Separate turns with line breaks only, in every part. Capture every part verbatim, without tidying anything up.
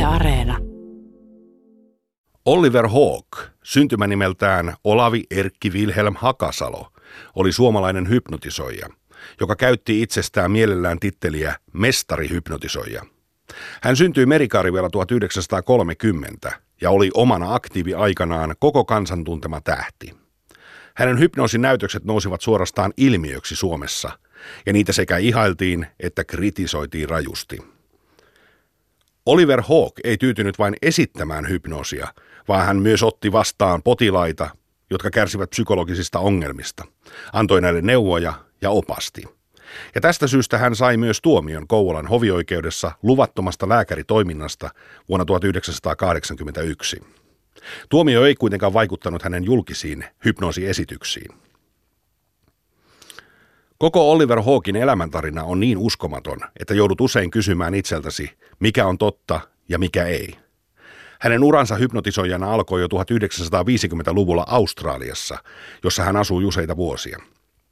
Areena.
Oliver Hawke, syntymänimeltään Olavi Erkki Wilhelm Hakasalo, oli suomalainen hypnotisoija, joka käytti itsestään mielellään titteliä mestarihypnotisoija. Hän syntyi Merikarvialla tuhatyhdeksänsataakolmekymmentä ja oli omana aktiiviaikanaan koko kansan tuntema tähti. Hänen hypnoosin näytökset nousivat suorastaan ilmiöksi Suomessa, ja niitä sekä ihailtiin että kritisoitiin rajusti. Oliver Hawke ei tyytynyt vain esittämään hypnoosia, vaan hän myös otti vastaan potilaita, jotka kärsivät psykologisista ongelmista, antoi näille neuvoja ja opasti. Ja tästä syystä hän sai myös tuomion Kouvolan hovioikeudessa luvattomasta lääkäritoiminnasta vuonna tuhatyhdeksänsataakahdeksankymmentäyksi. Tuomio ei kuitenkaan vaikuttanut hänen julkisiin hypnoosiesityksiin. Koko Oliver Hawken elämäntarina on niin uskomaton, että joudut usein kysymään itseltäsi, mikä on totta ja mikä ei. Hänen uransa hypnotisoijana alkoi jo tuhatyhdeksänsataaviisikymmentäluvulla Australiassa, jossa hän asui useita vuosia.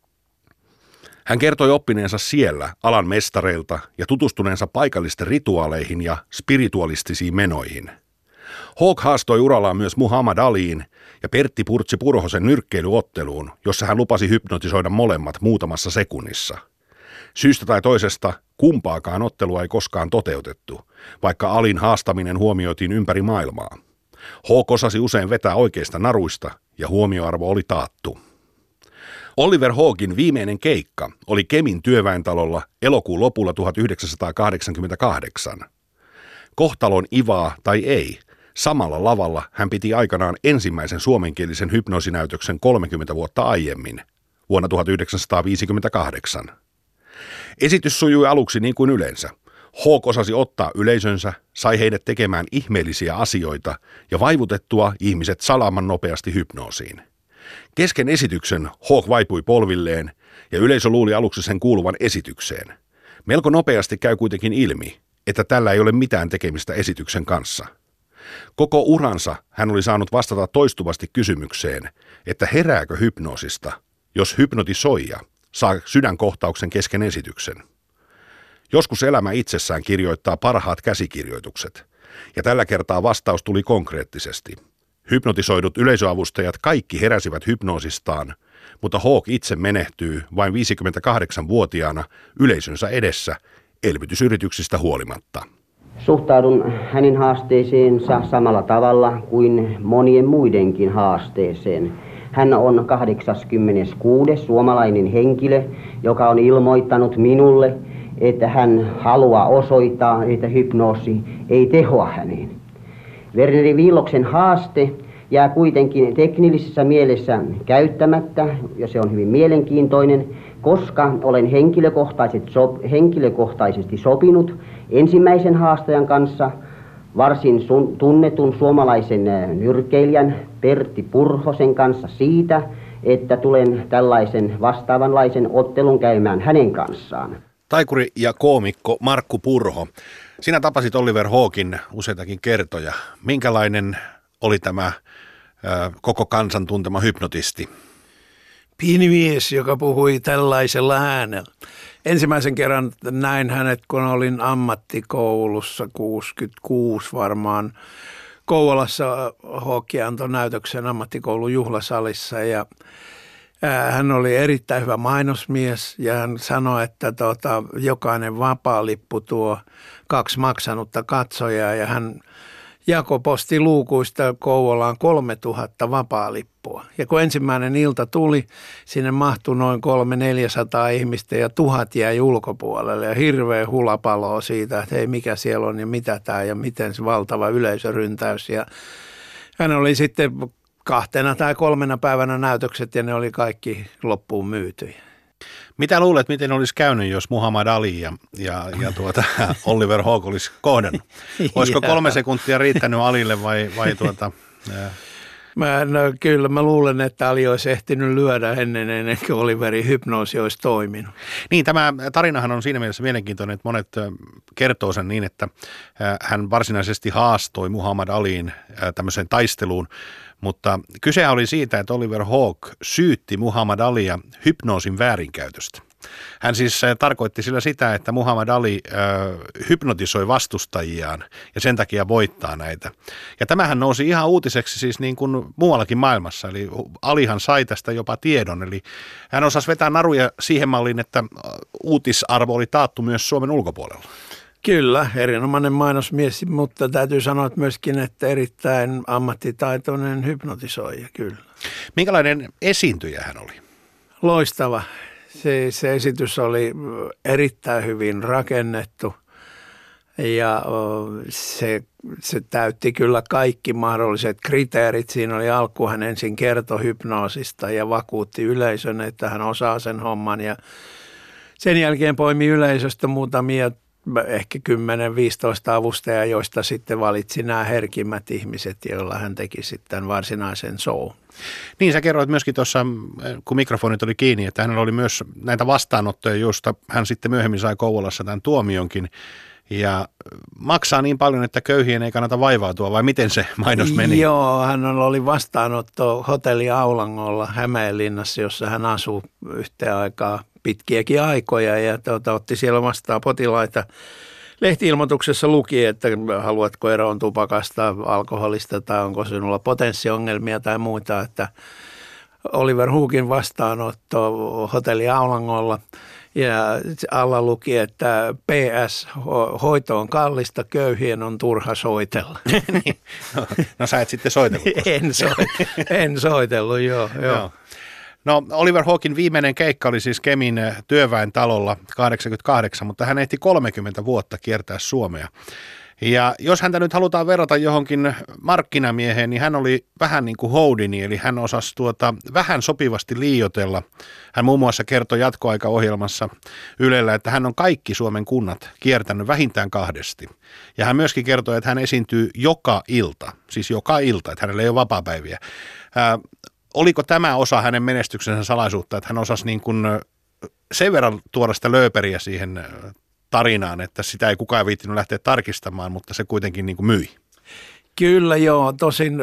Hän kertoi oppineensa siellä alan mestareilta ja tutustuneensa paikallisten rituaaleihin ja spiritualistisiin menoihin. Hawke haastoi urallaan myös Muhammad Aliin ja Pertti Purtsi Purhosen nyrkkeilyotteluun, jossa hän lupasi hypnotisoida molemmat muutamassa sekunnissa. Syystä tai toisesta kumpaakaan ottelua ei koskaan toteutettu, vaikka Alin haastaminen huomioitiin ympäri maailmaa. Hawke osasi usein vetää oikeista naruista ja huomioarvo oli taattu. Oliver Hawken viimeinen keikka oli Kemin työväentalolla elokuun lopulla tuhatyhdeksänsataakahdeksankymmentäkahdeksan. Kohtalon ivaa tai ei, samalla lavalla hän piti aikanaan ensimmäisen suomenkielisen hypnoosinäytöksen kolmekymmentä vuotta aiemmin, vuonna tuhatyhdeksänsataaviisikymmentäkahdeksan. Esitys sujui aluksi niin kuin yleensä. Hawke osasi ottaa yleisönsä, sai heidät tekemään ihmeellisiä asioita ja vaivutettua ihmiset salaman nopeasti hypnoosiin. Kesken esityksen Hawke vaipui polvilleen ja yleisö luuli aluksi sen kuuluvan esitykseen. Melko nopeasti käy kuitenkin ilmi, että tällä ei ole mitään tekemistä esityksen kanssa. Koko uransa hän oli saanut vastata toistuvasti kysymykseen, että herääkö hypnoosista, jos hypnotisoija saa sydänkohtauksen kesken esityksen. Joskus elämä itsessään kirjoittaa parhaat käsikirjoitukset, ja tällä kertaa vastaus tuli konkreettisesti. Hypnotisoidut yleisöavustajat kaikki heräsivät hypnoosistaan, mutta Hawke itse menehtyy vain viisikymmentäkahdeksanvuotiaana yleisönsä edessä elvytysyrityksistä huolimatta.
Suhtaudun hänen haasteeseensa samalla tavalla kuin monien muidenkin haasteeseen. Hän on kahdeksaskymmeneskuudes suomalainen henkilö, joka on ilmoittanut minulle, että hän haluaa osoittaa, että hypnoosi ei tehoa häneen. Werneri Viiloksen haaste jää kuitenkin teknillisessä mielessä käyttämättä, ja se on hyvin mielenkiintoinen, koska olen henkilökohtaisesti, sop, henkilökohtaisesti sopinut ensimmäisen haastajan kanssa, varsin sun, tunnetun suomalaisen nyrkkeilijän Pertti Purhosen kanssa siitä, että tulen tällaisen vastaavanlaisen ottelun käymään hänen kanssaan.
Taikuri ja koomikko Markku Purho, sinä tapasit Oliver Hawken useitakin kertoja. Minkälainen oli tämä ö, koko kansan tuntema hypnotisti?
Pieni mies, joka puhui tällaisella äänellä. Ensimmäisen kerran näin hänet, kun olin ammattikoulussa kuusikymmentäkuusi varmaan. Kouvolassa Hawke antoi näytöksen ammattikoulun juhlasalissa ja hän oli erittäin hyvä mainosmies ja hän sanoi, että tota, jokainen vapaalippu tuo kaksi maksanutta katsojaa ja hän jakoi postiluukuista Kouvolaan kolmetuhatta vapaalippua. Ja kun ensimmäinen ilta tuli, sinne mahtui noin kolme neljäsataa ihmistä ja tuhat jäi ulkopuolelle ja hirveä hulapalo siitä, että hei mikä siellä on ja mitä tämä ja miten se valtava yleisöryntäys. Ja hän oli sitten kahtena tai kolmena päivänä näytökset ja ne oli kaikki loppuun myytyjä.
Mitä luulet, miten olisi käynyt, jos Muhammad Ali ja, ja, ja tuota, Oliver Hawke olisi kohdannut? Olisiko kolme sekuntia riittänyt Alille vai, vai tuota...
Mä, no, kyllä mä luulen, että Ali olisi ehtinyt lyödä ennen, ennen kuin Oliverin hypnoosi olisi toiminut.
Niin, tämä tarinahan on siinä mielessä mielenkiintoinen, että monet kertoo sen niin, että hän varsinaisesti haastoi Muhammad Aliin tämmöiseen taisteluun, mutta kyse oli siitä, että Oliver Hawke syytti Muhammad Alia hypnoosin väärinkäytöstä. Hän siis tarkoitti sillä sitä, että Muhammad Ali äh, hypnotisoi vastustajiaan ja sen takia voittaa näitä. Ja tämähän nousi ihan uutiseksi siis niin kuin muuallakin maailmassa, eli Alihan sai tästä jopa tiedon, eli hän osasi vetää naruja siihen malliin, että uutisarvo oli taattu myös Suomen ulkopuolella.
Kyllä, erinomainen mainosmies, mutta täytyy sanoa myöskin, että erittäin ammattitaitoinen hypnotisoija, kyllä.
Minkälainen esiintyjä hän oli?
Loistava. Se, se esitys oli erittäin hyvin rakennettu ja se, se täytti kyllä kaikki mahdolliset kriteerit. Siinä oli alkuun hän ensin kertoi hypnoosista ja vakuutti yleisön, että hän osaa sen homman ja sen jälkeen poimi yleisöstä muutamia ehkä kymmenen viisitoista avustajaa, joista sitten valitsi nämä herkimmät ihmiset, joilla hän teki sitten varsinaisen show.
Niin, sä kerroit myöskin tuossa, kun mikrofonit oli kiinni, että hänellä oli myös näitä vastaanottoja, joista hän sitten myöhemmin sai Kouvolassa tämän tuomionkin. Ja maksaa niin paljon, että köyhien ei kannata vaivautua, vai miten se mainos meni?
Joo, hän oli vastaanotto hotelli Aulangolla Hämeenlinnassa, jossa hän asui yhteen aikaa pitkiäkin aikoja ja tuota, otti siellä vastaan potilaita. Lehti-ilmoituksessa luki, että haluatko eroon tupakasta, alkoholista tai onko sinulla potenssiongelmia tai muuta, että Oliver Hookin vastaanotto hotelli Aulangolla ja alla luki, että P S, hoito on kallista, köyhien on turha soitella.
Niin. No, no sä et sitten soitellut.
en, so, en soitellut, joo. joo. joo.
No Oliver Hawkin viimeinen keikka oli siis Kemin työväen talolla kahdeksankymmentäkahdeksan, mutta hän ehti kolmekymmentä vuotta kiertää Suomea. Ja jos häntä nyt halutaan verrata johonkin markkinamieheen, niin hän oli vähän niin kuin Houdini, eli hän osasi tuota vähän sopivasti liioitella. Hän muun muassa kertoi jatkoaikaohjelmassa Ylellä, että hän on kaikki Suomen kunnat kiertänyt vähintään kahdesti. Ja hän myöskin kertoi, että hän esiintyy joka ilta, siis joka ilta, että hänellä ei ole vapaapäiviä. Ää, oliko tämä osa hänen menestyksensä salaisuutta, että hän osasi niin kuin sen verran tuoda sitä lööperiä siihen tarinaan, että sitä ei kukaan viittinyt lähteä tarkistamaan, mutta se kuitenkin niin kuin myi.
Kyllä joo, tosin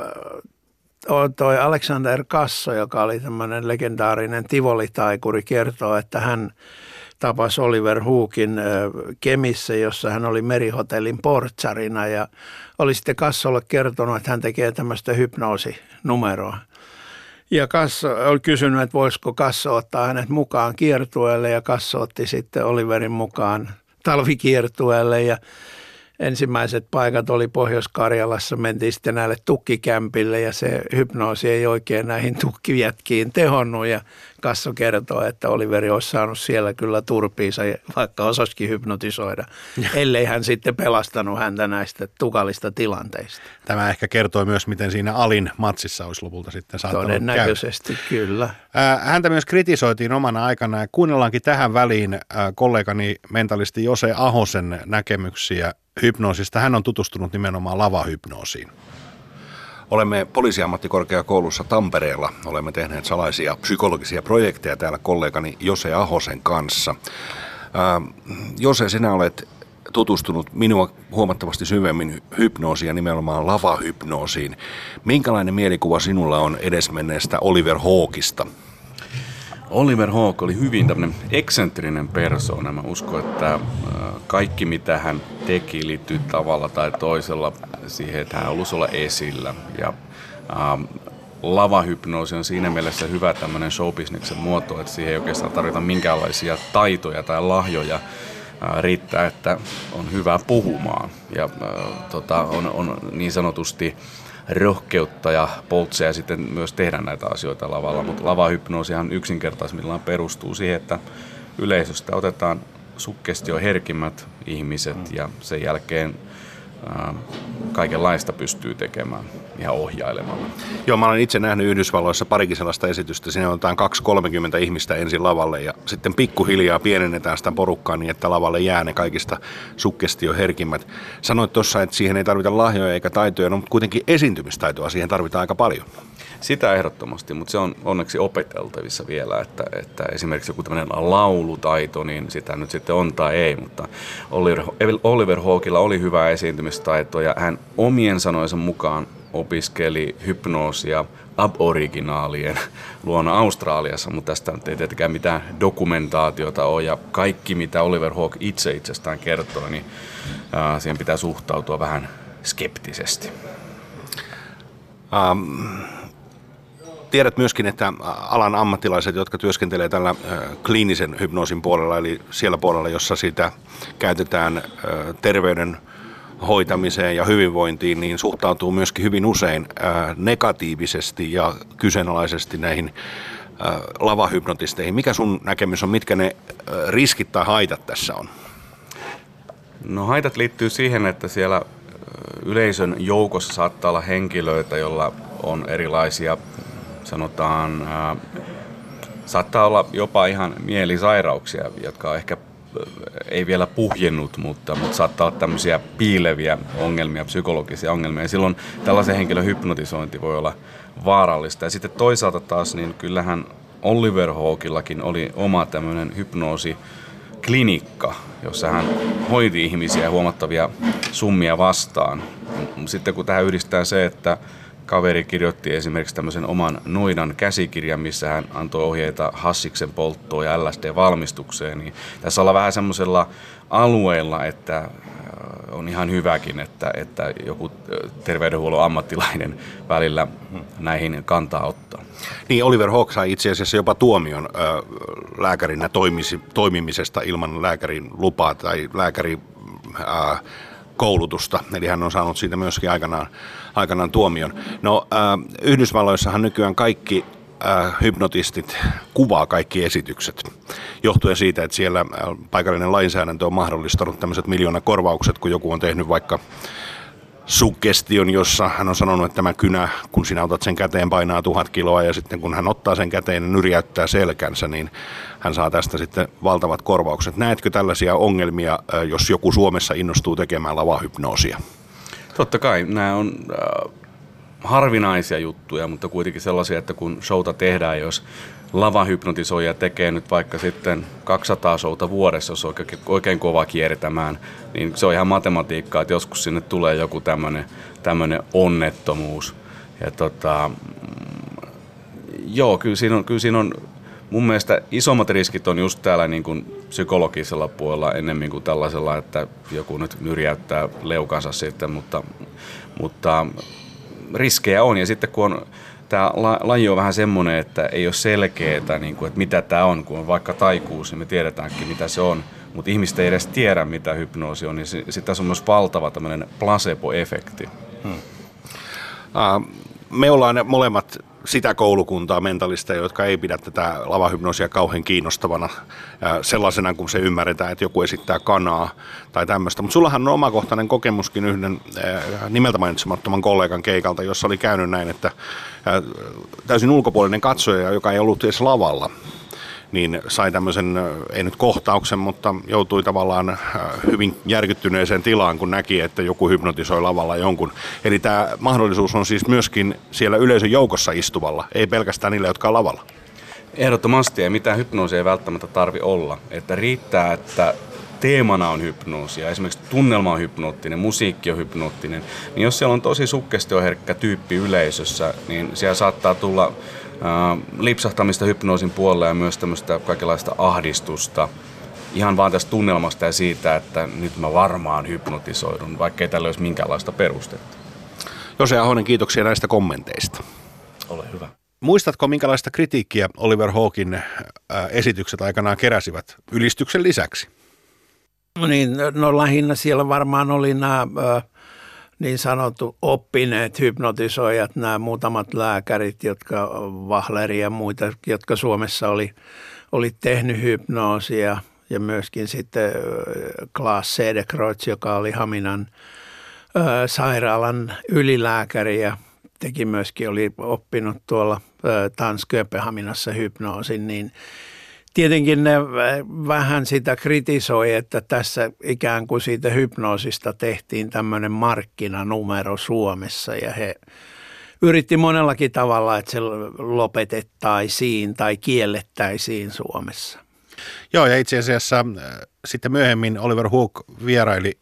äh, toi Alexander Kasso, joka oli tämmöinen legendaarinen tivolitaikuri, kertoo, että hän tapasi Oliver Hookin äh, Kemissä, jossa hän oli merihotellin portsarina ja oli sitten Kassolle kertonut, että hän tekee tämmöistä hypnoosinumeroa. Ja Kasso oli kysynyt, että voisiko Kasso ottaa hänet mukaan kiertueelle ja Kasso otti sitten Oliverin mukaan talvikiertueelle ja ensimmäiset paikat oli Pohjois-Karjalassa, mentiin sitten näille tukkikämpille ja se hypnoosi ei oikein näihin tukkijätkiin tehonnut ja Kasso kertoo, että Oliveri olisi saanut siellä kyllä turpiinsa, vaikka osasikin hypnotisoida, ellei hän sitten pelastanut häntä näistä tukalista tilanteista.
Tämä ehkä kertoi myös, miten siinä Alin matsissa olisi lopulta sitten saattanut käydä.
Todennäköisesti, kyllä.
Häntä myös kritisoitiin omana aikana ja kuunnellaankin tähän väliin kollegani mentalisti Jose Ahosen näkemyksiä hypnoosista. Hän on tutustunut nimenomaan lavahypnoosiin. Olemme poliisiammattikorkeakoulussa Tampereella. Olemme tehneet salaisia psykologisia projekteja täällä kollegani Jose Ahosen kanssa. Ää, Jose, sinä olet tutustunut minua huomattavasti syvemmin hypnoosiin ja nimenomaan lavahypnoosiin. Minkälainen mielikuva sinulla on edesmenneestä Oliver Hawkista?
Oliver Hawk oli hyvin tämmöinen eksentrinen persoona. Mä uskon, että kaikki mitä hän teki liittyy tavalla tai toisella siihen, että hän halusi olla esillä. Ja ähm, lavahypnoosi on siinä mielessä hyvä tämmöinen showbisneksen muoto, että siihen ei oikeastaan tarvita minkäänlaisia taitoja tai lahjoja. Äh, riittää, että on hyvä puhumaan ja äh, tota, on, on niin sanotusti rohkeutta ja poltseja sitten myös tehdä näitä asioita lavalla, mutta lavahypnoosihan yksinkertaisemmillaan perustuu siihen, että yleisöstä otetaan suggestioherkimmät ihmiset ja sen jälkeen ää, kaikenlaista pystyy tekemään ihan ohjailemalla.
Joo, mä olen itse nähnyt Yhdysvalloissa parikin sellaista esitystä. Siinä otetaan kaksi kolmekymmentä ihmistä ensin lavalle ja sitten pikkuhiljaa pienennetään sitä porukkaa niin, että lavalle jää ne kaikista suggestioherkimmät. Sanoit tuossa, että siihen ei tarvita lahjoja eikä taitoja, no, mutta kuitenkin esiintymistaitoa siihen tarvitaan aika paljon.
Sitä ehdottomasti, mutta se on onneksi opeteltavissa vielä, että, että esimerkiksi joku tämmöinen laulutaito, niin sitä nyt sitten on tai ei, mutta Oliver, Oliver Hawkilla oli hyvä esiintymistaito ja hän omien sanojensa mukaan opiskeli hypnoosia aboriginaalien luona Australiassa, mutta tästä ei tietenkään mitään dokumentaatiota ole, ja kaikki mitä Oliver Hawke itse itsestään kertoo, niin ää, siihen pitää suhtautua vähän skeptisesti.
Um. Tiedät myöskin, että alan ammattilaiset, jotka työskentelee tällä kliinisen hypnoosin puolella, eli siellä puolella, jossa sitä käytetään terveyden hoitamiseen ja hyvinvointiin, niin suhtautuu myöskin hyvin usein negatiivisesti ja kyseenalaisesti näihin lavahypnotisteihin. Mikä sun näkemys on, mitkä ne riskit tai haitat tässä on?
No haitat liittyy siihen, että siellä yleisön joukossa saattaa olla henkilöitä, joilla on erilaisia, sanotaan, ää, saattaa olla jopa ihan mielisairauksia, jotka on ehkä ei vielä puhjennut, mutta, mutta saattaa olla tämmöisiä piileviä ongelmia, psykologisia ongelmia. Ja silloin tällaisen henkilön hypnotisointi voi olla vaarallista. Ja sitten toisaalta taas, niin kyllähän Oliver Hawkellakin oli oma tämmöinen hypnoosiklinikka, jossa hän hoiti ihmisiä huomattavia summia vastaan. Sitten kun tähän yhdistää se, että kaveri kirjoitti esimerkiksi tämmöisen oman noidan käsikirjan, missä hän antoi ohjeita hassiksen polttoon ja L S D-valmistukseen, niin tässä ollaan vähän semmoisella alueella, että on ihan hyväkin, että, että joku terveydenhuollon ammattilainen välillä näihin kantaa ottaa.
Niin, Oliver Hawke sai itse asiassa jopa tuomion ö, lääkärinä toimisi, toimimisesta ilman lääkärin lupaa tai lääkärin ö, koulutusta, eli hän on saanut siitä myöskin aikanaan, aikanaan tuomion. No äh, Yhdysvalloissahan nykyään kaikki äh, hypnotistit kuvaa kaikki esitykset, johtuen siitä, että siellä äh, paikallinen lainsäädäntö on mahdollistanut tämmöiset miljoonakorvaukset, kun joku on tehnyt vaikka suggestion, jossa hän on sanonut, että tämä kynä, kun sinä otat sen käteen, painaa tuhat kiloa, ja sitten kun hän ottaa sen käteen ja nyrjäyttää selkänsä, niin hän saa tästä sitten valtavat korvaukset. Näetkö tällaisia ongelmia, jos joku Suomessa innostuu tekemään lavahypnoosia?
Totta kai. Nämä on äh, harvinaisia juttuja, mutta kuitenkin sellaisia, että kun showta tehdään, jos lavahypnotisoija tekee nyt vaikka sitten kaksisataa showta vuodessa, jos oikein, oikein kova kiertämään, niin se on ihan matematiikkaa, että joskus sinne tulee joku tämmöinen tämmöinen onnettomuus. Ja tota, joo, kyllä siinä on, kyllä siinä on mun mielestä isommat riskit on just täällä niin kuin psykologisella puolella ennemmin kuin tällaisella, että joku nyt nyrjäyttää leukansa sitten, mutta, mutta riskejä on. Ja sitten kun on, tämä laji on vähän semmoinen, että ei ole selkeää, niin kuin, että mitä tämä on, kun on vaikka taikuus, niin me tiedetäänkin mitä se on, mutta ihmiset ei edes tiedä mitä hypnoosi on, niin sitten tässä on myös valtava tämmöinen placebo-efekti. Hmm.
Uh, me ollaan molemmat sitä koulukuntaa mentalisteja, jotka ei pidä tätä lavahypnoosia kauhean kiinnostavana sellaisena, kun se ymmärretään, että joku esittää kanaa tai tämmöistä. Mutta sullahan on omakohtainen kokemuskin yhden nimeltä mainitsemattoman kollegan keikalta, jossa oli käynyt näin, että täysin ulkopuolinen katsoja, joka ei ollut edes lavalla, niin sai tämmöisen, ei nyt kohtauksen, mutta joutui tavallaan hyvin järkyttyneeseen tilaan, kun näki, että joku hypnotisoi lavalla jonkun. Eli tämä mahdollisuus on siis myöskin siellä yleisön joukossa istuvalla, ei pelkästään niillä, jotka on lavalla.
Ehdottomasti, ja mitään hypnoosia ei välttämättä tarvi olla. Että riittää, että teemana on hypnoosia, esimerkiksi tunnelma on hypnoottinen, musiikki on hypnoottinen, niin jos siellä on tosi suggestioherkkä tyyppi yleisössä, niin siellä saattaa tulla Äh, lipsahtamista hypnoosin puolelle ja myös tämmöistä kaikenlaista ahdistusta ihan vaan tästä tunnelmasta ja siitä, että nyt mä varmaan hypnotisoidun, vaikka ei tällä olisi minkäänlaista perustetta.
Jose Ahonen, kiitoksia näistä kommenteista.
Ole hyvä.
Muistatko, minkälaista kritiikkiä Oliver Hawken äh, esitykset aikanaan keräsivät ylistyksen lisäksi?
No niin, no lähinnä siellä varmaan oli nämä äh, niin sanottu oppineet hypnotisoijat, nämä muutamat lääkärit, jotka Wahleri ja muita, jotka Suomessa oli, oli tehnyt hypnoosia, ja myöskin sitten Klaas Cederkreutz, joka oli Haminan ö, sairaalan ylilääkäri ja teki myöskin, oli oppinut tuolla Tanz-Kööpenhaminassa hypnoosin, niin tietenkin ne vähän sitä kritisoi, että tässä ikään kuin siitä hypnoosista tehtiin tämmöinen markkinanumero Suomessa ja he yritti monellakin tavalla, että se lopetettaisiin tai kiellettäisiin Suomessa.
Joo, ja itse asiassa sitten myöhemmin Oliver Hawke vieraili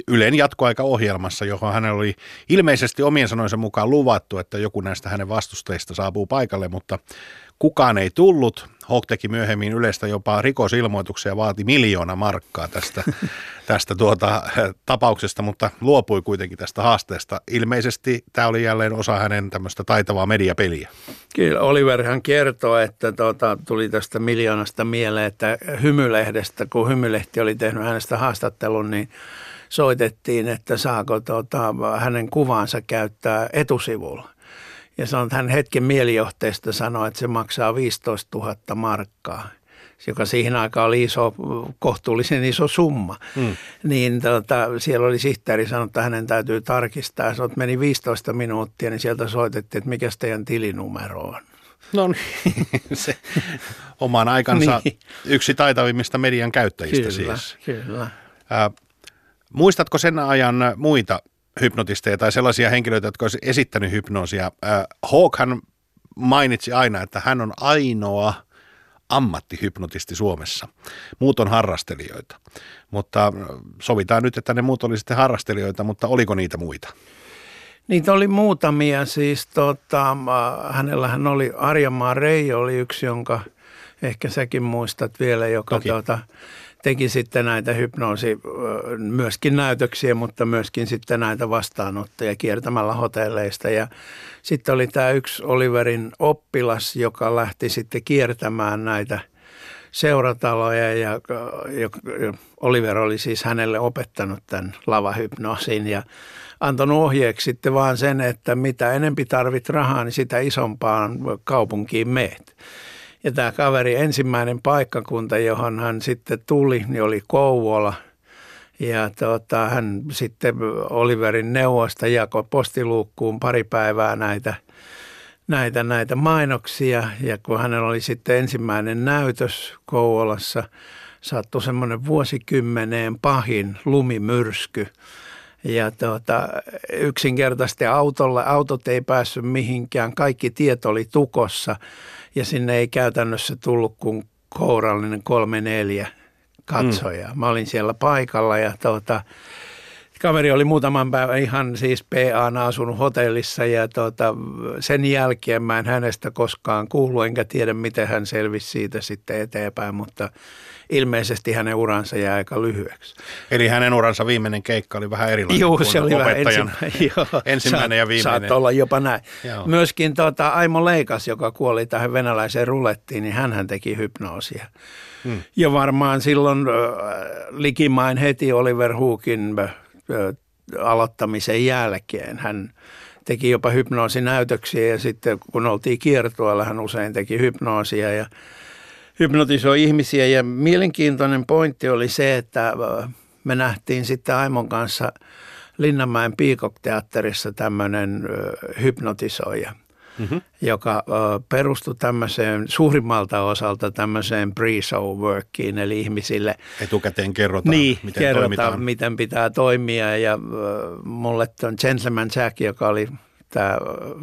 Ylen jatkoaikaohjelmassa, johon hänellä oli ilmeisesti omien sanojensa mukaan luvattu, että joku näistä hänen vastustajista saapuu paikalle, mutta kukaan ei tullut. Hawk teki myöhemmin Ylestä jopa rikosilmoituksia ja vaati miljoona markkaa tästä, tästä tuota, tapauksesta, mutta luopui kuitenkin tästä haasteesta. Ilmeisesti tämä oli jälleen osa hänen tämmöistä taitavaa mediapeliä.
Kyllä, Oliver hän kertoo, että tuota, tuli tästä miljoonasta mieleen, että Hymylehdestä, kun Hymylehti oli tehnyt hänestä haastattelun, niin soitettiin, että saako tuota, hänen kuvansa käyttää etusivulla. Ja sanoi, että hän hetken mielijohteesta sanoi, että se maksaa viisitoistatuhatta markkaa, joka siihen aikaan oli iso, kohtuullisen iso summa. Hmm. Niin tota, siellä oli sihteeri sanonut, että hänen täytyy tarkistaa. Sanoi, että meni viisitoista minuuttia, niin sieltä soitettiin, että mikä teidän tilinumero on.
No niin, se oman aikansa niin. Yksi taitavimmista median käyttäjistä
kyllä,
siis.
Kyllä,
Äh, muistatko sen ajan muita hypnotisteja tai sellaisia henkilöitä, jotka olisi esittänyt hypnoosia? Äh, Hawkhan mainitsi aina, että hän on ainoa ammattihypnotisti Suomessa. Muut on harrastelijoita, mutta sovitaan nyt, että ne muut oli sitten harrastelijoita, mutta oliko niitä muita?
Niitä oli muutamia, siis tota, hänellähän oli Arjamaa Reijo oli yksi, jonka ehkä säkin muistat vielä, joka tota, teki sitten näitä hypnoosi, myöskin näytöksiä, mutta myöskin sitten näitä vastaanottoja kiertämällä hotelleista. Ja sitten oli tämä yksi Oliverin oppilas, joka lähti sitten kiertämään näitä seurataloja ja, ja Oliver oli siis hänelle opettanut tämän lavahypnoosin ja antanut ohjeeksi sitten vaan sen, että mitä enempi tarvit rahaa, niin sitä isompaan kaupunkiin meet. Ja tämä kaveri ensimmäinen paikkakunta, johon hän sitten tuli, niin oli Kouvola. Ja tota, hän sitten Oliverin neuvosta jakoi postiluukkuun pari päivää näitä, näitä, näitä mainoksia. Ja kun hänellä oli sitten ensimmäinen näytös Kouvolassa, sattui semmoinen vuosikymmeneen pahin lumimyrsky. Ja tuota, yksinkertaisesti autolla, autot ei päässyt mihinkään, kaikki tiet oli tukossa ja sinne ei käytännössä tullut kuin kourallinen kolme neljä katsojaa. Mm. Mä olin siellä paikalla ja tuota, kaveri oli muutaman päivän ihan siis P A:na asunut hotellissa ja tuota, sen jälkeen mä en hänestä koskaan kuullut enkä tiedä miten hän selvisi siitä sitten eteenpäin, mutta ilmeisesti hänen uransa jäi aika lyhyeksi.
Eli hänen uransa viimeinen keikka oli vähän erilainen
Joo,
kuin
se oli
opettajan
vähän ensimmäinen,
ensimmäinen ja viimeinen.
Saat olla jopa näin.
Joo.
Myöskin tuota, Aimo Leikas, joka kuoli tähän venäläiseen rulettiin, niin hänhän teki hypnoosia. Hmm. Ja varmaan silloin äh, likimain heti Oliver Hawkin äh, aloittamisen jälkeen hän teki jopa hypnoosinäytöksiä ja sitten kun oltiin kiertueella, hän usein teki hypnoosia ja hypnotisoi ihmisiä ja mielenkiintoinen pointti oli se, että me nähtiin sitten Aimon kanssa Linnanmäen Peacock-teatterissa tämmöinen hypnotisoija, mm-hmm. joka perustui tämmöiseen suurimmalta osalta tämmöiseen pre-show workiin, eli ihmisille
etukäteen kerrotaan,
niin,
miten
kerrotaan,
toimitaan.
miten pitää toimia ja mulle ton Gentleman Jack, joka oli tämä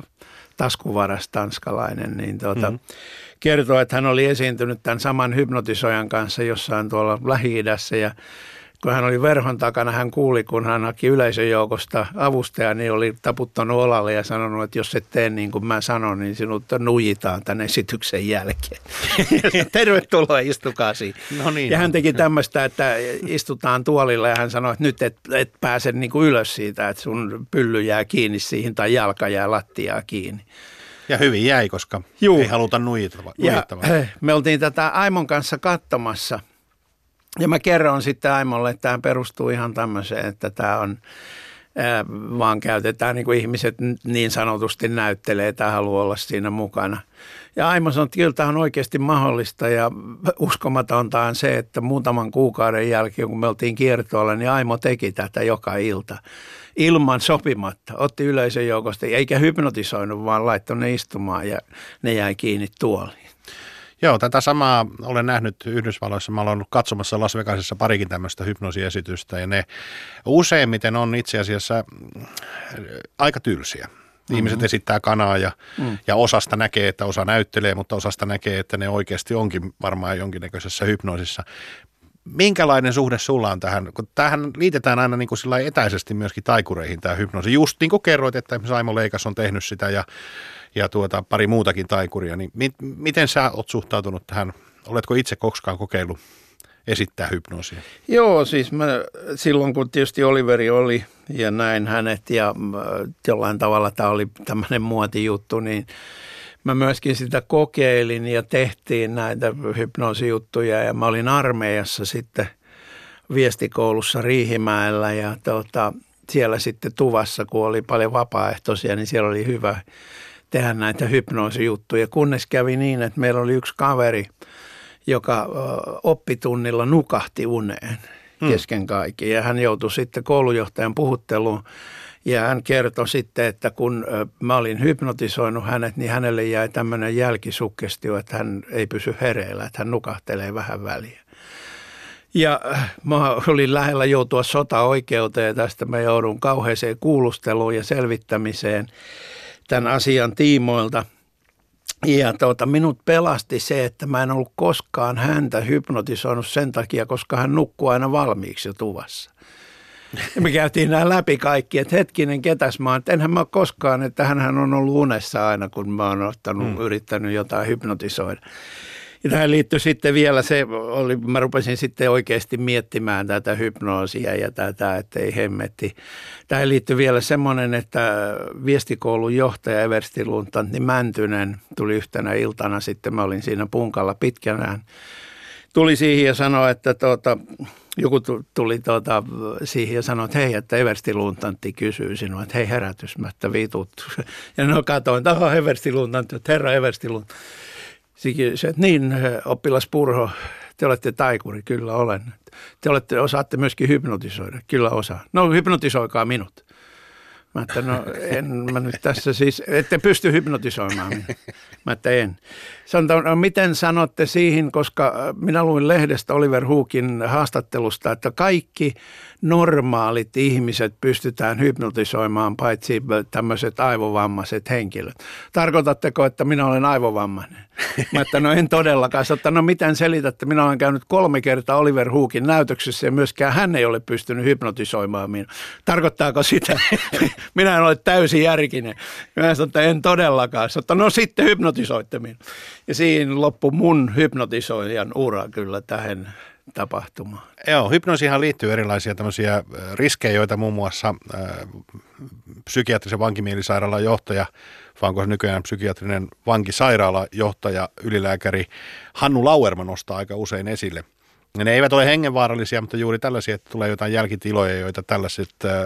taskuvaras tanskalainen, niin tuota, mm-hmm. kertoi, että hän oli esiintynyt tämän saman hypnotisoijan kanssa jossain tuolla Lähi-idässä ja kun hän oli verhon takana, hän kuuli, kun hän haki yleisön joukosta avustaja, niin oli taputtanut olalle ja sanonut, että jos et tee niin kuin mä sanon, niin sinut nujitaan tämän esityksen jälkeen. Tervetuloa, istukaa siinä. No niin, ja hän teki tämmöistä, että istutaan tuolilla ja hän sanoi, että nyt et, et pääse niin kuin ylös siitä, että sun pylly jää kiinni siihen tai jalka jää lattiaa kiinni.
Ja hyvin jäi, koska Juu. ei haluta nujittavaa.
Me oltiin tätä Aimon kanssa katsomassa. Ja mä kerron sitten Aimolle, että tämä perustuu ihan tämmöiseen, että tämä on, ää, vaan käytetään niin kuin ihmiset niin sanotusti näyttelee tai haluaa olla siinä mukana. Ja Aimo sanoi, että kyllä tämä on oikeasti mahdollista ja uskomatonta on se, että muutaman kuukauden jälkeen, kun me oltiin kiertoilla, niin Aimo teki tätä joka ilta. Ilman sopimatta, otti yleisön joukosta, eikä hypnotisoinut, vaan laittoi ne istumaan ja ne jäi kiinni tuoliin.
Joo, tätä samaa olen nähnyt Yhdysvalloissa. Mä olen ollut katsomassa Las Vegasissa parikin tämmöistä hypnoosiesitystä ja ne useimmiten on itse asiassa aika tylsiä. Ihmiset mm-hmm. esittää kanaa ja, mm. ja osasta näkee, että osa näyttelee, mutta osasta näkee, että ne oikeasti onkin varmaan jonkinnäköisessä hypnoosissa. minkälainen suhde sulla on tähän? Kun tämähän liitetään aina niin kuin sillä etäisesti myöskin taikureihin tämä hypnoosi. Just niin kuin kerroit, että Saimo Leikas on tehnyt sitä ja, ja tuota, pari muutakin taikuria. Niin mi, miten sä oot suhtautunut tähän? Oletko itse koskaan kokeillut esittää hypnoosia?
Joo, siis mä silloin kun tietysti Oliveri oli ja näin hänet ja jollain tavalla tämä oli tämmöinen muotijuttu, niin mä myöskin sitä kokeilin ja tehtiin näitä hypnoosijuttuja ja mä olin armeijassa sitten viestikoulussa Riihimäellä ja tota, siellä sitten Tuvassa, kun oli paljon vapaaehtoisia, niin siellä oli hyvä tehdä näitä hypnoosijuttuja, kunnes kävi niin, että meillä oli yksi kaveri, joka oppitunnilla nukahti uneen kesken kaiken ja hän joutui sitten koulujohtajan puhutteluun. Ja hän kertoi sitten, että kun mä olin hypnotisoinut hänet, niin hänelle jäi tämmöinen jälkisuggestio, että hän ei pysy hereillä, että hän nukahtelee vähän väliä. Ja mä olin lähellä joutua sotaoikeuteen ja tästä mä joudun kauheeseen kuulusteluun ja selvittämiseen tämän asian tiimoilta. Ja tuota, minut pelasti se, että mä en ollut koskaan häntä hypnotisoinut sen takia, koska hän nukkuu aina valmiiksi jo tuvassa. Ja me käytiin nämä läpi kaikki, että hetkinen, ketäs mä oon. Enhän mä ole koskaan, että hänhän on ollut unessa aina, kun mä oon ottanut, mm. yrittänyt jotain hypnotisoida. Ja tähän liittyi sitten vielä se, oli, mä rupesin sitten oikeasti miettimään tätä hypnoosia ja tätä, että ei hemmetti. Tähän liittyi vielä semmoinen, että viestikoulun johtaja Eversti Luntantti Mäntynen tuli yhtenä iltana sitten, mä olin siinä punkalla pitkänään. Tuli siihen ja sanoi, että tuota, joku tuli tuota, siihen ja sanoi, että hei, että Eversti Luntantti kysyy sinua, että hei herätysmättä vitut. Ja no katsoin, että aha, Eversti Luntantti, että herra Eversti Luntantti. Se, että niin, oppilas Purho, te olette taikuri, kyllä olen. Te olette, osaatte myöskin hypnotisoida, kyllä osaan. No hypnotisoikaa minut. Mä että no en mä nyt tässä siis, ette pysty hypnotisoimaan minua. Mä että en. Sanotaan, no, miten sanotte siihen, koska minä luin lehdestä Oliver Hookin haastattelusta, että kaikki normaalit ihmiset pystytään hypnotisoimaan, paitsi tämmöiset aivovammaiset henkilöt. Tarkoitatteko, että minä olen aivovammainen? Mä että no en todellakaan. Sanotaan, no miten selitätte? Minä olen käynyt kolme kertaa Oliver Hookin näytöksessä ja myöskään hän ei ole pystynyt hypnotisoimaan minua. Tarkoittaako sitä? Minä en ole täysin järkinen. Mä sanoin, että en todellakaan. Sanoin, no sitten hypnotisoitte minua. Ja siinä loppui mun hypnotisoijan ura kyllä tähän tapahtumaan.
Joo, hypnoosihan liittyy erilaisia tämmöisiä riskejä, joita muun muassa äh, psykiatrisen vankimielisairaalan johtaja, vaan onko se nykyään psykiatrinen vankisairaalan johtaja, ylilääkäri Hannu Lauerma nostaa aika usein esille. Ja ne eivät ole hengenvaarallisia, mutta juuri tällaisia, että tulee jotain jälkitiloja, joita tällaiset äh,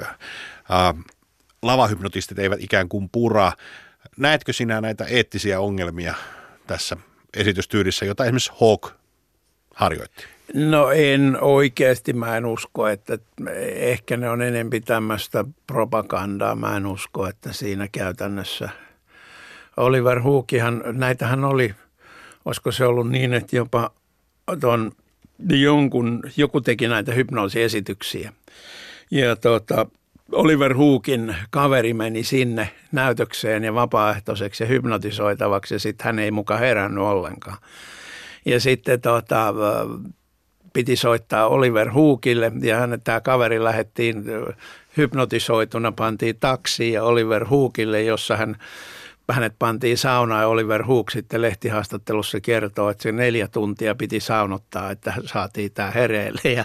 äh, lavahypnotistit eivät ikään kuin pura. Näetkö sinä näitä eettisiä ongelmia tässä esitystyylissä, jota esimerkiksi Hawk harjoitti?
No en oikeasti, mä en usko, että ehkä ne on enemmän tämmöistä propagandaa. Mä en usko, että siinä käytännössä Oliver Hookihan, näitähän oli, olisiko se ollut niin, että jopa ton jonkun, joku teki näitä hypnoosiesityksiä. Ja tota, Oliver Hookin kaveri meni sinne näytökseen ja vapaaehtoiseksi ja hypnotisoitavaksi ja sitten hän ei muka herännyt ollenkaan. Ja sitten tota, piti soittaa Oliver Hookille ja hänet, tämä kaveri lähdettiin hypnotisoituna, pantiin taksiin ja Oliver Hookille, jossa hän, hänet pantiin saunaan ja Oliver Hook sitten lehtihaastattelussa kertoo, että se neljä tuntia piti saunottaa, että saatiin tämä hereille. Ja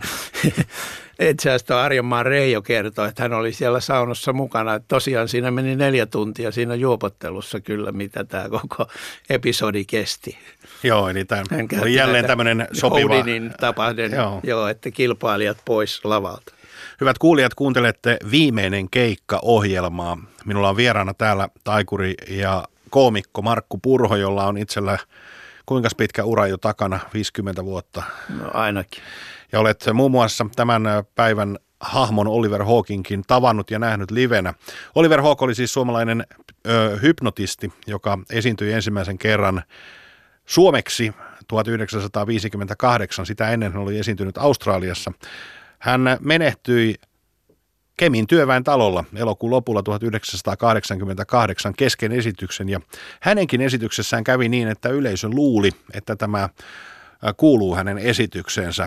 itse asiassa Arjonmaan Reijo kertoi, että hän oli siellä saunassa mukana. Että tosiaan siinä meni neljä tuntia siinä juopottelussa kyllä, mitä tämä koko episodi kesti.
Joo, eli tämä oli jälleen tämmöinen sopiva.
Houdinin tapainen, joo. joo, että kilpailijat pois lavalta.
Hyvät kuulijat, kuuntelette Viimeinen keikka-ohjelmaa. Minulla on vieraana täällä taikuri ja koomikko Markku Purho, jolla on itsellä kuinka pitkä ura jo takana, viisikymmentä vuotta.
No ainakin.
Ja olet muun muassa tämän päivän hahmon Oliver Hawkinkin tavannut ja nähnyt livenä. Oliver Hawk oli siis suomalainen ö, hypnotisti, joka esiintyi ensimmäisen kerran suomeksi tuhatyhdeksänsataaviisikymmentäkahdeksan. Sitä ennen hän oli esiintynyt Australiassa. Hän menehtyi Kemin työväen talolla elokuun lopulla tuhatyhdeksänsataakahdeksankymmentäkahdeksan kesken esityksen ja hänenkin esityksessään kävi niin, että yleisö luuli, että tämä kuuluu hänen esitykseensä.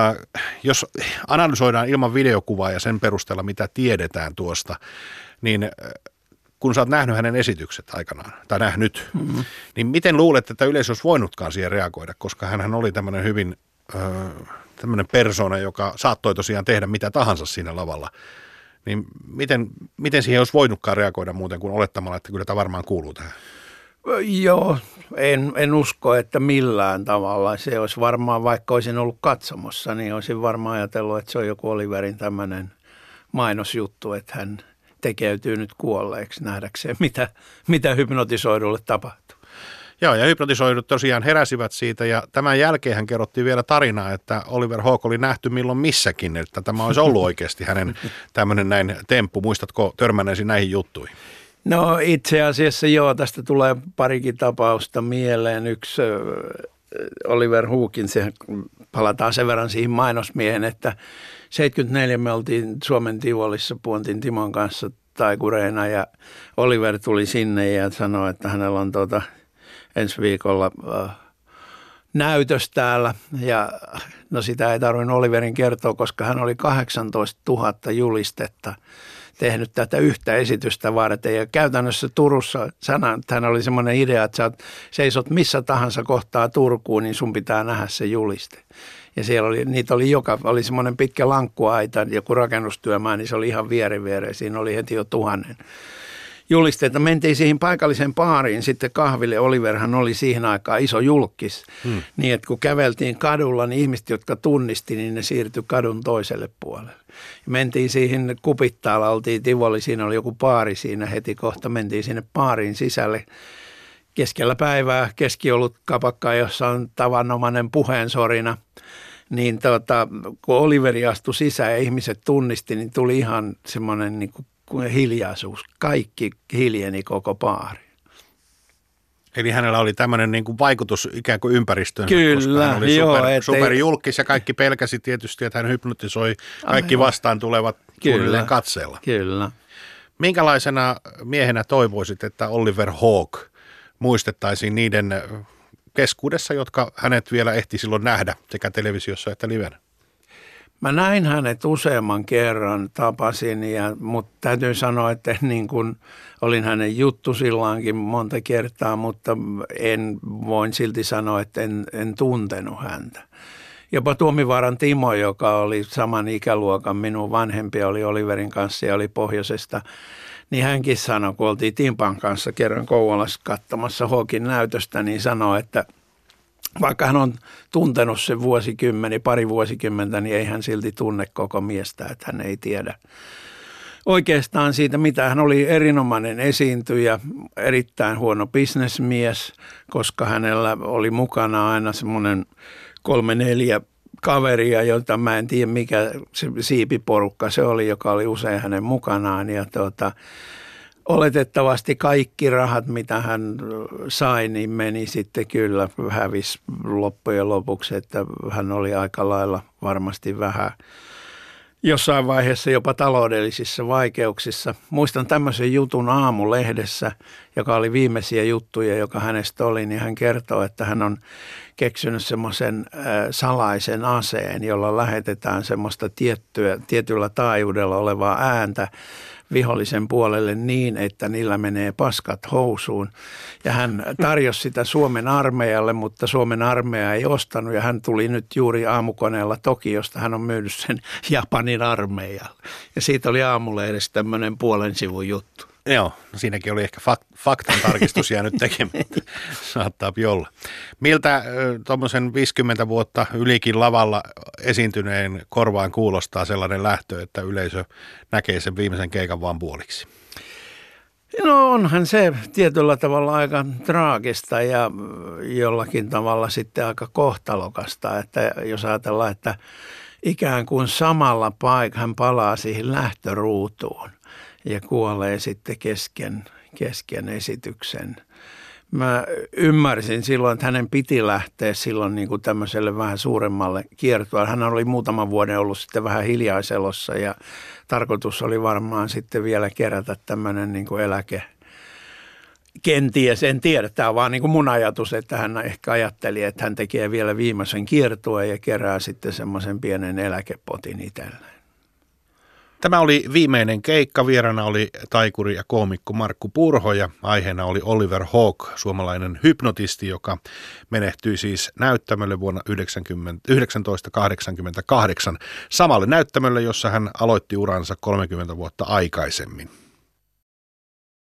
Jos analysoidaan ilman videokuvaa ja sen perusteella, mitä tiedetään tuosta, niin kun sä oot nähnyt hänen esitykset aikanaan, tai nähnyt, mm-hmm. niin miten luulet, että yleisö olisi voinutkaan siihen reagoida, koska hänhän oli tämmöinen hyvin tämmöinen persoona, joka saattoi tosiaan tehdä mitä tahansa siinä lavalla. Niin miten, miten siihen olisi voinutkaan reagoida muuten kuin olettamalla, että kyllä tämä varmaan kuuluu tähän?
Joo, en, en usko, että millään tavalla. Se olisi varmaan, vaikka olisin ollut katsomossa, niin olisin varmaan ajatellut, että se on joku Oliverin tämmöinen mainosjuttu, että hän tekeytyy nyt kuolleeksi nähdäkseen, mitä, mitä hypnotisoidulle tapahtuu.
Joo, ja hypnotisoidut tosiaan heräsivät siitä, ja tämän jälkeen hän kerrottiin vielä tarinaa, että Oliver Hawke oli nähty milloin missäkin, että tämä olisi ollut oikeasti hänen tämmöinen näin temppu. Muistatko törmänneesi näihin juttuihin?
No itse asiassa joo, tästä tulee parikin tapausta mieleen. Yksi Oliver Hawken, se palataan sen verran siihen mainosmiehen, että seitsemänkymmentäneljä me oltiin Suomen Tivolissa Puontin Timon kanssa taikureina ja Oliver tuli sinne ja sanoi, että hänellä on tuota ensi viikolla äh, näytös täällä ja no sitä ei tarvinnut Oliverin kertoa, koska hän oli kahdeksantoistatuhatta julistetta tehnyt tätä yhtä esitystä varten ja käytännössä Turussa sana, että hän oli semmoinen idea, että sä oot, seisot missä tahansa kohtaa Turkuun, niin sun pitää nähdä se juliste. Ja siellä oli, niitä oli joka, oli semmoinen pitkä lankkuaita, joku rakennustyömaa, niin se oli ihan vieri viereen, siinä oli heti jo tuhannen julisteita. Mentiin siihen paikalliseen baariin sitten kahville. Oliverhan oli siihen aikaan iso julkis. Hmm. Niin, että kun käveltiin kadulla, niin ihmiset, jotka tunnisti, niin ne siirtyi kadun toiselle puolelle. Ja mentiin siihen Kupittaalla, oltiin Tivoli, siinä oli joku baari siinä heti kohta. Mentiin sinne baariin sisälle keskellä päivää, keskiolut kapakka, jossa on tavanomainen puheensorina. Niin tota, kun Oliveri astui sisään ja ihmiset tunnisti, niin tuli ihan semmoinen niin kuin hiljaisuus. Kaikki hiljeni koko baari.
Eli hänellä oli tämmöinen niin kuin vaikutus ikään kuin ympäristöön.
Kyllä,
koska hän oli
joo.
super,
Ei...
superjulkis ja kaikki pelkäsi tietysti, että hän hypnotisoi kaikki Aivan. vastaan tulevat suunnilleen katseella.
Kyllä.
Minkälaisena miehenä toivoisit, että Oliver Hawke muistettaisiin niiden keskuudessa, jotka hänet vielä ehti silloin nähdä sekä televisiossa että livenä?
Mä näin hänet useamman kerran, tapasin, ja, mutta täytyy sanoa, että niin kuin olin hänen juttu silloinkin monta kertaa, mutta en voin silti sanoa, että en, en tuntenut häntä. Jopa Tuomivaaran Timo, joka oli saman ikäluokan minun vanhempi, oli Oliverin kanssa ja oli pohjoisesta, niin hänkin sanoi, kun oltiin Timpan kanssa kerran Kouvolassa katsomassa Hawken näytöstä, niin sanoi, että vaikka hän on tuntenut sen vuosikymmeni, pari vuosikymmentä, niin ei hän silti tunne koko miestä, että hän ei tiedä oikeastaan siitä, mitä hän oli erinomainen esiintyjä, erittäin huono bisnesmies, koska hänellä oli mukana aina semmoinen kolme neljä kaveria, joita mä en tiedä mikä se siipiporukka se oli, joka oli usein hänen mukanaan ja tuota, oletettavasti kaikki rahat, mitä hän sai, niin meni sitten kyllä hävisi loppujen lopuksi, että hän oli aika lailla varmasti vähän jossain vaiheessa jopa taloudellisissa vaikeuksissa. Muistan tämmöisen jutun Aamulehdessä, joka oli viimeisiä juttuja, joka hänestä oli, niin hän kertoo, että hän on keksinyt semmoisen salaisen aseen, jolla lähetetään semmoista tiettyä, tietyllä taajuudella olevaa ääntä vihollisen puolelle niin, että niillä menee paskat housuun. Ja hän tarjosi sitä Suomen armeijalle, mutta Suomen armeija ei ostanut ja hän tuli nyt juuri aamukoneella Tokiosta. Hän on myynyt sen Japanin armeijalle. Ja siitä oli Aamulehdessä tämmöinen puolen sivun juttu.
Joo, no siinäkin oli ehkä fak- faktan tarkistus jäänyt tekemättä. Saattaa olla. Miltä tuommoisen viisikymmentä vuotta ylikin lavalla esiintyneen korvaan kuulostaa sellainen lähtö, että yleisö näkee sen viimeisen keikan vaan puoliksi?
No onhan se tietyllä tavalla aika traagista ja jollakin tavalla sitten aika kohtalokasta, että jos ajatellaan, että ikään kuin samalla paikalla hän palaa siihen lähtöruutuun ja kuolee sitten kesken, kesken esityksen. Mä ymmärsin silloin, että hänen piti lähteä silloin niin kuin tämmöiselle vähän suuremmalle kiertueelle. Hän oli muutaman vuoden ollut sitten vähän hiljaiselossa ja tarkoitus oli varmaan sitten vielä kerätä tämmöinen niin kuin eläke, kenties, en tiedä. Tämä on vaan niin kuin mun ajatus, että hän ehkä ajatteli, että hän tekee vielä viimeisen kiertueen ja kerää sitten semmoisen pienen eläkepotin itselleen.
Tämä oli viimeinen keikka. Vieraana oli taikuri ja koomikko Markku Purho ja aiheena oli Oliver Hawke, suomalainen hypnotisti, joka menehtyi siis näyttämölle vuonna yhdeksäntoistasataakahdeksankymmentäkahdeksan samalle näyttämölle, jossa hän aloitti uransa kolmekymmentä vuotta aikaisemmin.